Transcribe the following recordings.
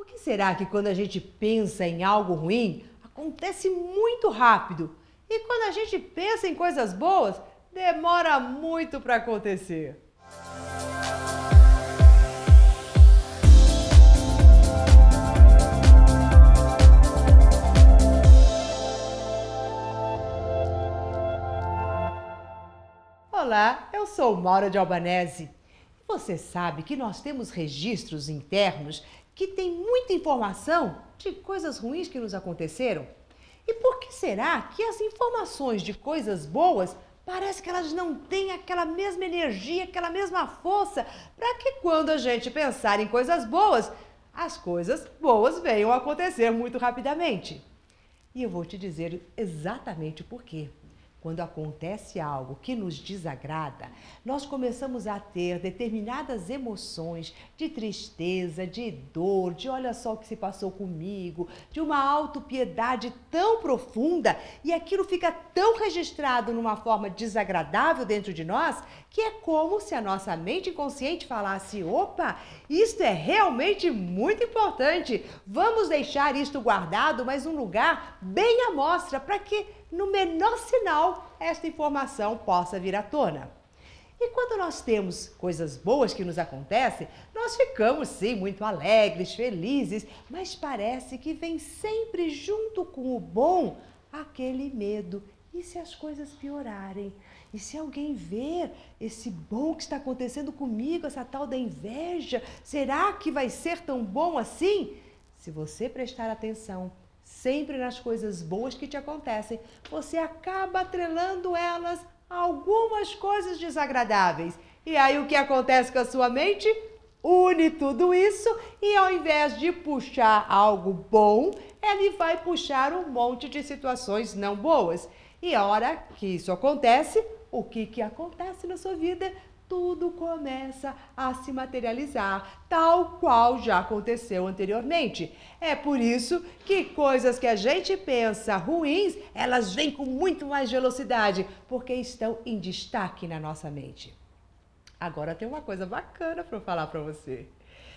que será que quando a gente pensa em algo ruim, acontece muito rápido? E quando a gente pensa em coisas boas, demora muito para acontecer. Olá, eu sou Maura de Albanese. Você sabe que nós temos registros internos que têm muita informação de coisas ruins que nos aconteceram? E por que será que as informações de coisas boas parece que elas não têm aquela mesma energia, aquela mesma força, para que quando a gente pensar em coisas boas, as coisas boas venham a acontecer muito rapidamente? E eu vou te dizer exatamente por quê. Quando acontece algo que nos desagrada, nós começamos a ter determinadas emoções de tristeza, de dor, de olha só o que se passou comigo, de uma autopiedade tão profunda, e aquilo fica tão registrado numa forma desagradável dentro de nós, que é como se a nossa mente inconsciente falasse: opa, isto é realmente muito importante, vamos deixar isto guardado, mas num lugar bem à mostra, para que no menor sinal esta informação possa vir à tona. E quando nós temos coisas boas que nos acontecem, nós ficamos sim muito alegres, felizes, mas parece que vem sempre junto com o bom aquele medo. E se as coisas piorarem? E se alguém ver esse bom que está acontecendo comigo, essa tal da inveja, será que vai ser tão bom assim? Se você prestar atenção sempre nas coisas boas que te acontecem, você acaba atrelando elas a algumas coisas desagradáveis. E aí o que acontece com a sua mente? Une tudo isso e ao invés de puxar algo bom, ele vai puxar um monte de situações não boas. E a hora que isso acontece, o que acontece na sua vida? Tudo começa a se materializar, tal qual já aconteceu anteriormente. É por isso que coisas que a gente pensa ruins, elas vêm com muito mais velocidade, porque estão em destaque na nossa mente. Agora tem uma coisa bacana para eu falar para você.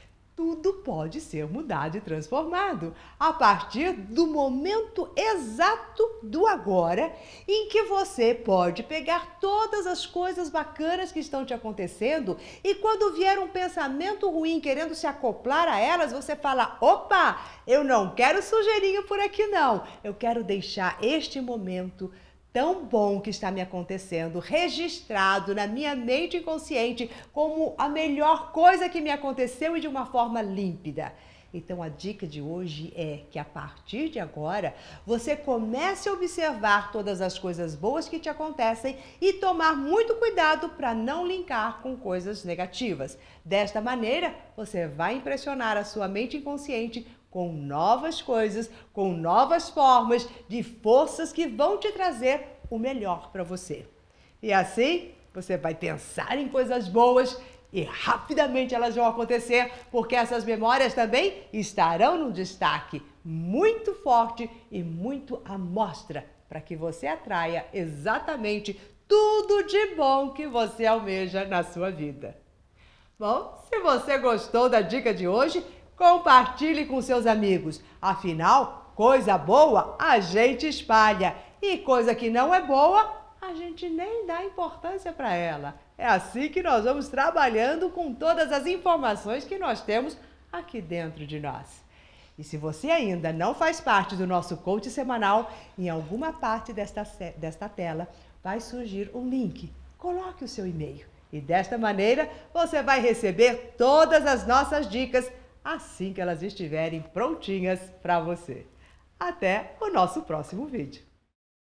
Tudo pode ser mudado e transformado a partir do momento exato do agora, em que você pode pegar todas as coisas bacanas que estão te acontecendo e quando vier um pensamento ruim querendo se acoplar a elas, você fala: opa, eu não quero sujeirinho por aqui não, eu quero deixar este momento tão bom que está me acontecendo, registrado na minha mente inconsciente como a melhor coisa que me aconteceu e de uma forma límpida. Então a dica de hoje é que a partir de agora você comece a observar todas as coisas boas que te acontecem e tomar muito cuidado para não linkar com coisas negativas. Desta maneira, você vai impressionar a sua mente inconsciente com novas coisas, com novas formas de forças que vão te trazer o melhor para você. E assim, você vai pensar em coisas boas e rapidamente elas vão acontecer, porque essas memórias também estarão no destaque muito forte e muito à mostra, para que você atraia exatamente tudo de bom que você almeja na sua vida. Bom, se você gostou da dica de hoje, compartilhe com seus amigos. Afinal, coisa boa a gente espalha e coisa que não é boa, a gente nem dá importância para ela. É assim que nós vamos trabalhando com todas as informações que nós temos aqui dentro de nós. E se você ainda não faz parte do nosso coach semanal, em alguma parte desta tela vai surgir um link. Coloque o seu e-mail e desta maneira você vai receber todas as nossas dicas assim que elas estiverem prontinhas para você. Até o nosso próximo vídeo.